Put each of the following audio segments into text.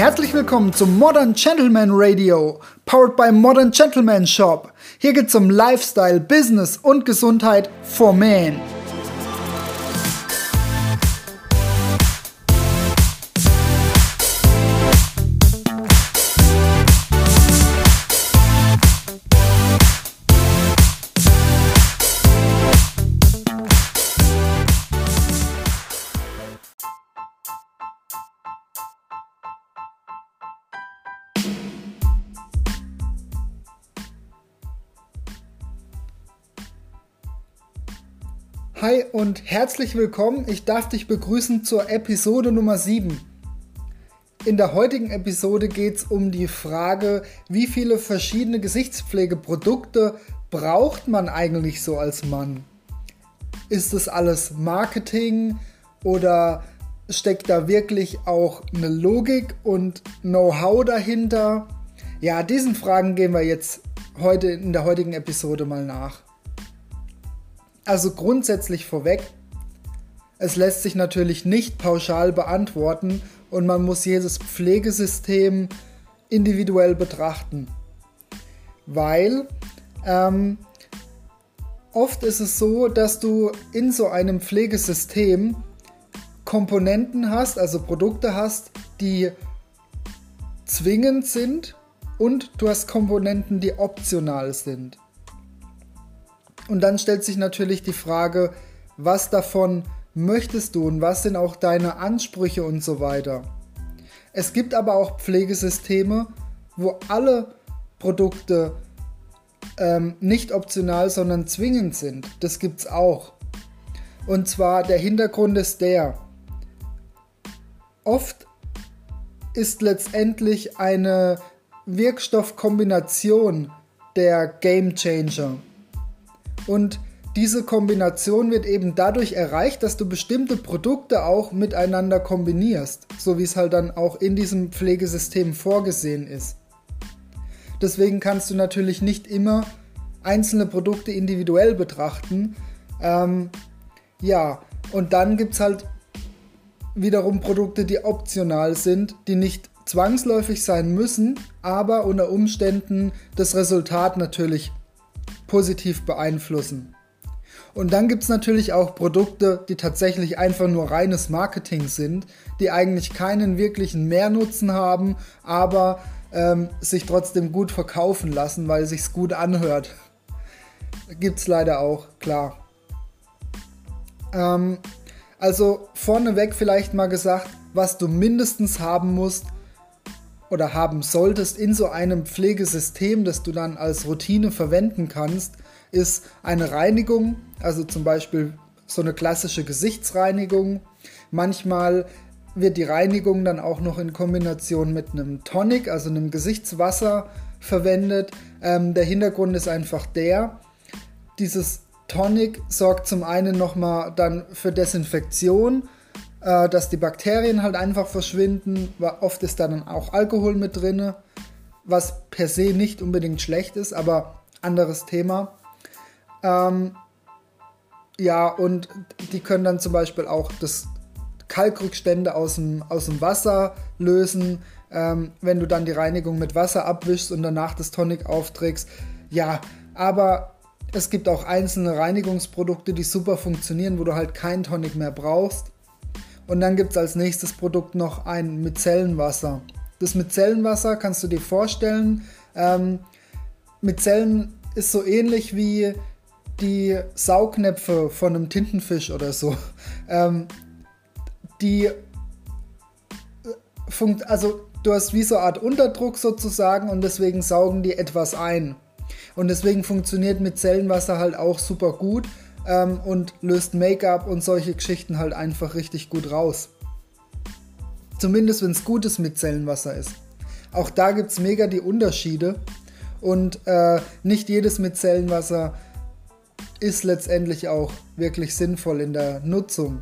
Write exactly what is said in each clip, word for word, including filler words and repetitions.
Herzlich willkommen zum Modern Gentleman Radio, powered by Modern Gentleman Shop. Hier geht's um Lifestyle, Business und Gesundheit for Men. Hi und herzlich willkommen. Ich darf dich begrüßen zur Episode Nummer sieben. In der heutigen Episode geht es um die Frage, wie viele verschiedene Gesichtspflegeprodukte braucht man eigentlich so als Mann? Ist das alles Marketing oder steckt da wirklich auch eine Logik und Know-how dahinter? Ja, diesen Fragen gehen wir jetzt heute in der heutigen Episode mal nach. Also grundsätzlich vorweg, es lässt sich natürlich nicht pauschal beantworten und man muss jedes Pflegesystem individuell betrachten, weil ähm, oft ist es so, dass du in so einem Pflegesystem Komponenten hast, also Produkte hast, die zwingend sind und du hast Komponenten, die optional sind. Und dann stellt sich natürlich die Frage, was davon möchtest du und was sind auch deine Ansprüche und so weiter. Es gibt aber auch Pflegesysteme, wo alle Produkte ähm, nicht optional, sondern zwingend sind. Das gibt's auch. Und zwar der Hintergrund ist der: Oft ist letztendlich eine Wirkstoffkombination der Gamechanger. Und diese Kombination wird eben dadurch erreicht, dass du bestimmte Produkte auch miteinander kombinierst, so wie es halt dann auch in diesem Pflegesystem vorgesehen ist. Deswegen kannst du natürlich nicht immer einzelne Produkte individuell betrachten. Ähm, ja, und dann gibt es halt wiederum Produkte, die optional sind, die nicht zwangsläufig sein müssen, aber unter Umständen das Resultat natürlich positiv beeinflussen. Und dann gibt es natürlich auch Produkte, die tatsächlich einfach nur reines Marketing sind, die eigentlich keinen wirklichen Mehrnutzen haben, aber ähm, sich trotzdem gut verkaufen lassen, weil es sich gut anhört. Gibt es leider auch, klar. Ähm, also vorneweg vielleicht mal gesagt, was du mindestens haben musst oder haben solltest in so einem Pflegesystem, das du dann als Routine verwenden kannst, ist eine Reinigung, also zum Beispiel so eine klassische Gesichtsreinigung. Manchmal wird die Reinigung dann auch noch in Kombination mit einem Tonic, also einem Gesichtswasser, verwendet. Ähm, der Hintergrund ist einfach der: Dieses Tonic sorgt zum einen nochmal dann für Desinfektion, dass die Bakterien halt einfach verschwinden. Oft ist da dann auch Alkohol mit drin, was per se nicht unbedingt schlecht ist, aber anderes Thema. Ähm, ja, und die können dann zum Beispiel auch das Kalkrückstände aus dem, aus dem Wasser lösen, ähm, wenn du dann die Reinigung mit Wasser abwischst und danach das Tonic aufträgst. Ja, aber es gibt auch einzelne Reinigungsprodukte, die super funktionieren, wo du halt kein Tonic mehr brauchst. Und dann gibt es als nächstes Produkt noch ein Micellenwasser. Das Micellenwasser kannst du dir vorstellen, ähm, Mizellen ist so ähnlich wie die Saugnäpfe von einem Tintenfisch oder so. Ähm, die funkt, also du hast wie so eine Art Unterdruck sozusagen und deswegen saugen die etwas ein. Und deswegen funktioniert Micellenwasser halt auch super gut. Ähm, und löst Make-up und solche Geschichten halt einfach richtig gut raus. Zumindest wenn es gutes Micellenwasser ist. Auch da gibt es mega die Unterschiede und äh, nicht jedes Micellenwasser ist letztendlich auch wirklich sinnvoll in der Nutzung.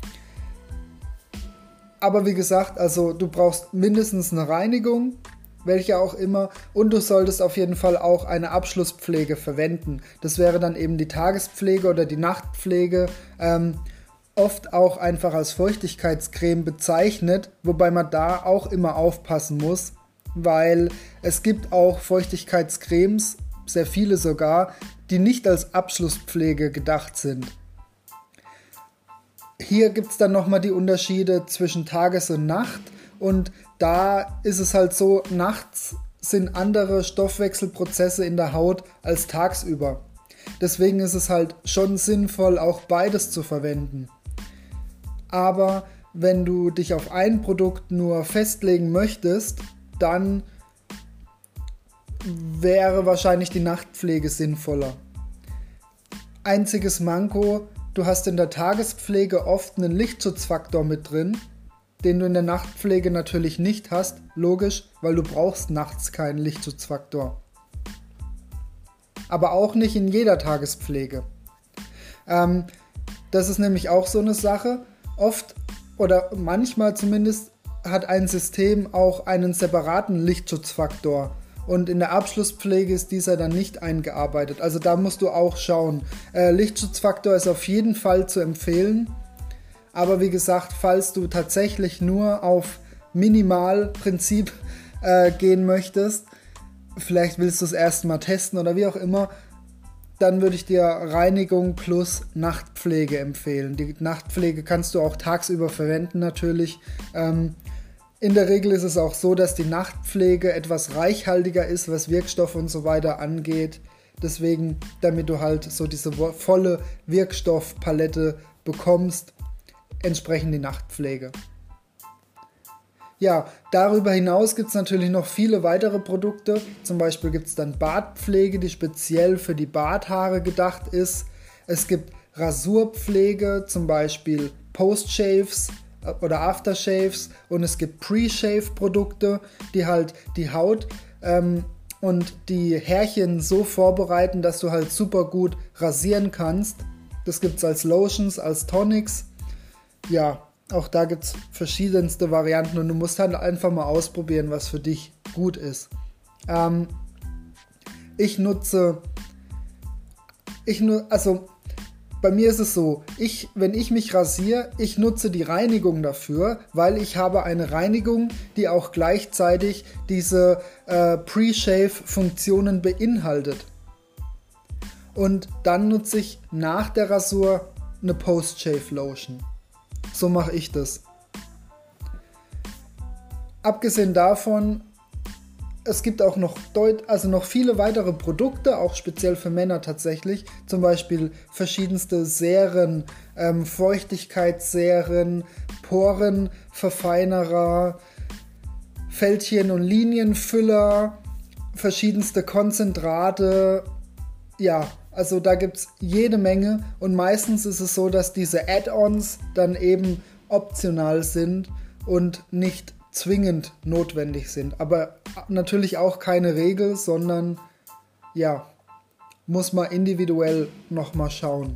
Aber wie gesagt, also du brauchst mindestens eine Reinigung, welche auch immer, und du solltest auf jeden Fall auch eine Abschlusspflege verwenden. Das wäre dann eben die Tagespflege oder die Nachtpflege, ähm, oft auch einfach als Feuchtigkeitscreme bezeichnet, wobei man da auch immer aufpassen muss, weil es gibt auch Feuchtigkeitscremes, sehr viele sogar, die nicht als Abschlusspflege gedacht sind. Hier gibt es dann nochmal die Unterschiede zwischen Tages- und Nacht, und da ist es halt so, nachts sind andere Stoffwechselprozesse in der Haut als tagsüber. Deswegen ist es halt schon sinnvoll, auch beides zu verwenden. Aber wenn du dich auf ein Produkt nur festlegen möchtest, dann wäre wahrscheinlich die Nachtpflege sinnvoller. Einziges Manko: du hast in der Tagespflege oft einen Lichtschutzfaktor mit drin, den du in der Nachtpflege natürlich nicht hast. Logisch, weil du brauchst nachts keinen Lichtschutzfaktor. Aber auch nicht in jeder Tagespflege. Ähm, das ist nämlich auch so eine Sache. Oft oder manchmal zumindest hat ein System auch einen separaten Lichtschutzfaktor. Und in der Abschlusspflege ist dieser dann nicht eingearbeitet. Also da musst du auch schauen. Äh, Lichtschutzfaktor ist auf jeden Fall zu empfehlen. Aber wie gesagt, falls du tatsächlich nur auf Minimalprinzip äh, gehen möchtest, vielleicht willst du es erst mal testen oder wie auch immer, dann würde ich dir Reinigung plus Nachtpflege empfehlen. Die Nachtpflege kannst du auch tagsüber verwenden natürlich. Ähm, in der Regel ist es auch so, dass die Nachtpflege etwas reichhaltiger ist, was Wirkstoffe und so weiter angeht. Deswegen, damit du halt so diese volle Wirkstoffpalette bekommst, entsprechend die Nachtpflege. Ja, darüber hinaus gibt es natürlich noch viele weitere Produkte. Zum Beispiel gibt es dann Bartpflege, die speziell für die Barthaare gedacht ist. Es gibt Rasurpflege, zum Beispiel Post-Shaves oder Aftershaves, und es gibt Pre-Shave-Produkte, die halt die Haut ähm, und die Härchen so vorbereiten, dass du halt super gut rasieren kannst. Das gibt es als Lotions, als Tonics. Ja, auch da gibt es verschiedenste Varianten und du musst halt einfach mal ausprobieren, was für dich gut ist. Ähm, ich nutze, ich nu, also bei mir ist es so, ich, wenn ich mich rasiere, ich nutze die Reinigung dafür, weil ich habe eine Reinigung, die auch gleichzeitig diese äh, Pre-Shave-Funktionen beinhaltet. Und dann nutze ich nach der Rasur eine Post-Shave-Lotion. So mache ich das. Abgesehen davon, es gibt auch noch, deut- also noch viele weitere Produkte, auch speziell für Männer tatsächlich. Zum Beispiel verschiedenste Seren, ähm, Feuchtigkeitsseren, Porenverfeinerer, Fältchen- und Linienfüller, verschiedenste Konzentrate. Ja, also da gibt es jede Menge, und meistens ist es so, dass diese Add-ons dann eben optional sind und nicht zwingend notwendig sind. Aber natürlich auch keine Regel, sondern ja, muss man individuell nochmal schauen.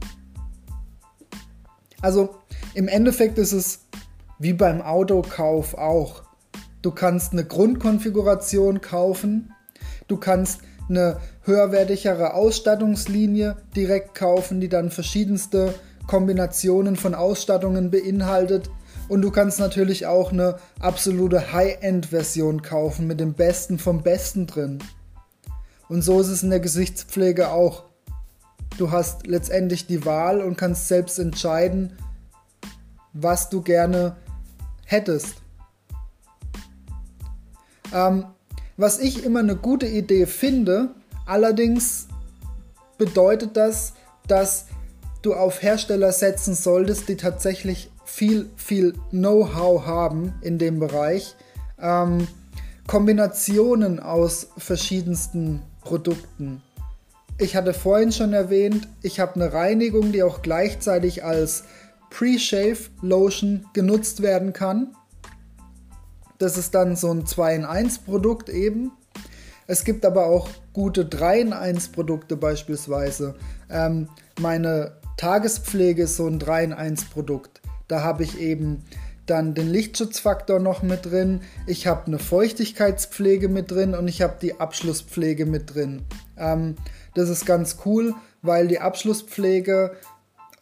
Also im Endeffekt ist es wie beim Autokauf auch. Du kannst eine Grundkonfiguration kaufen, du kannst eine höherwertigere Ausstattungslinie direkt kaufen, die dann verschiedenste Kombinationen von Ausstattungen beinhaltet, und du kannst natürlich auch eine absolute High-End-Version kaufen mit dem Besten vom Besten drin. Und so ist es in der Gesichtspflege auch. Du hast letztendlich die Wahl und kannst selbst entscheiden, was du gerne hättest. Ähm, Was ich immer eine gute Idee finde, allerdings bedeutet das, dass du auf Hersteller setzen solltest, die tatsächlich viel, viel Know-how haben in dem Bereich. Ähm, Kombinationen aus verschiedensten Produkten. Ich hatte vorhin schon erwähnt, ich habe eine Reinigung, die auch gleichzeitig als Pre-Shave-Lotion genutzt werden kann. Das ist dann so ein zwei in eins Produkt eben. Es gibt aber auch gute drei in eins Produkte beispielsweise. Ähm, meine Tagespflege ist so ein drei in eins Produkt. Da habe ich eben dann den Lichtschutzfaktor noch mit drin. Ich habe eine Feuchtigkeitspflege mit drin und ich habe die Abschlusspflege mit drin. Ähm, das ist ganz cool, weil die Abschlusspflege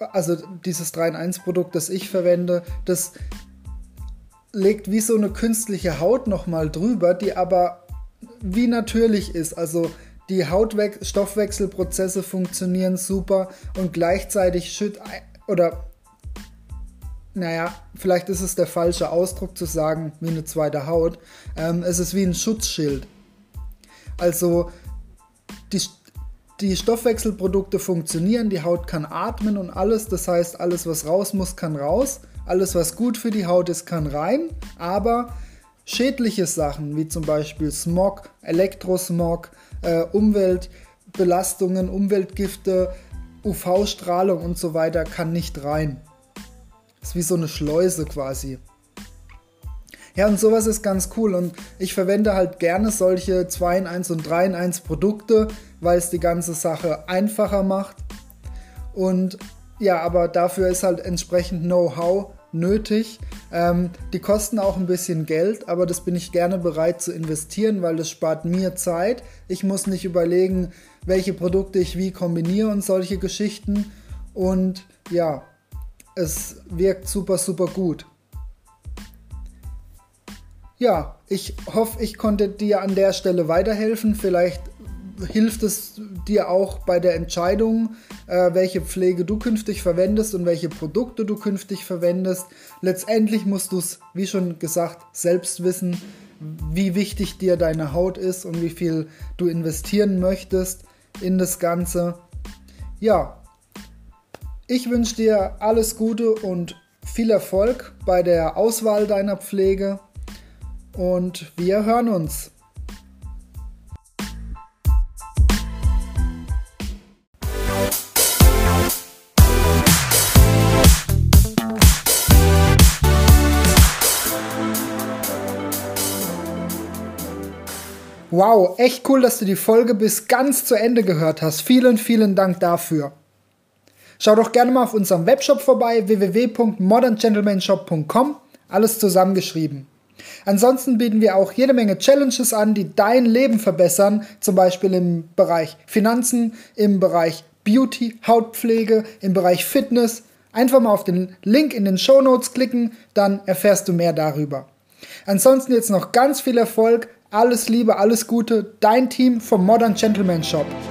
also dieses drei in eins Produkt, das ich verwende, das legt wie so eine künstliche Haut nochmal drüber, die aber wie natürlich ist. Also die Hautstoffwechselprozesse funktionieren super und gleichzeitig schütt oder naja, vielleicht ist es der falsche Ausdruck zu sagen, wie eine zweite Haut. Ähm, es ist wie ein Schutzschild. Also die, die Stoffwechselprodukte funktionieren, die Haut kann atmen und alles. Das heißt, alles, was raus muss, kann raus. Alles, was gut für die Haut ist, kann rein. Aber schädliche Sachen, wie zum Beispiel Smog, Elektrosmog, äh, Umweltbelastungen, Umweltgifte, U V-Strahlung und so weiter, kann nicht rein. Ist wie so eine Schleuse quasi. Ja, und sowas ist ganz cool und ich verwende halt gerne solche zwei in eins und drei in eins Produkte, weil es die ganze Sache einfacher macht. Und ja, aber dafür ist halt entsprechend Know-how nötig. Ähm, die kosten auch ein bisschen Geld, aber das bin ich gerne bereit zu investieren, weil das spart mir Zeit. Ich muss nicht überlegen, welche Produkte ich wie kombiniere und solche Geschichten. Und ja, es wirkt super, super gut. Ja, ich hoffe, ich konnte dir an der Stelle weiterhelfen. Vielleicht hilft es dir auch bei der Entscheidung, äh, welche Pflege du künftig verwendest und welche Produkte du künftig verwendest. Letztendlich musst du es, wie schon gesagt, selbst wissen, wie wichtig dir deine Haut ist und wie viel du investieren möchtest in das Ganze. Ja, ich wünsche dir alles Gute und viel Erfolg bei der Auswahl deiner Pflege und wir hören uns. Wow, echt cool, dass du die Folge bis ganz zu Ende gehört hast. Vielen, vielen Dank dafür. Schau doch gerne mal auf unserem Webshop vorbei, w w w punkt modern gentleman shop punkt com, alles zusammengeschrieben. Ansonsten bieten wir auch jede Menge Challenges an, die dein Leben verbessern, zum Beispiel im Bereich Finanzen, im Bereich Beauty, Hautpflege, im Bereich Fitness. Einfach mal auf den Link in den Shownotes klicken, dann erfährst du mehr darüber. Ansonsten jetzt noch ganz viel Erfolg, alles Liebe, alles Gute, dein Team vom Modern Gentleman Shop.